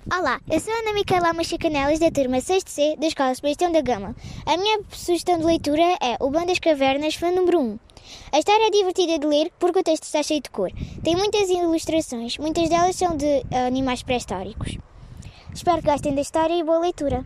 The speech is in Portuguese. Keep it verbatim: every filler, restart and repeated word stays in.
Olá, eu sou a Ana Micaela Machicanelas da turma seis C da Escola Sebastião da Gama. A minha sugestão de leitura é O Bando das Cavernas, fã número um. A história é divertida de ler porque o texto está cheio de cor. Tem muitas ilustrações, muitas delas são de animais pré-históricos. Espero que gostem da história e boa leitura.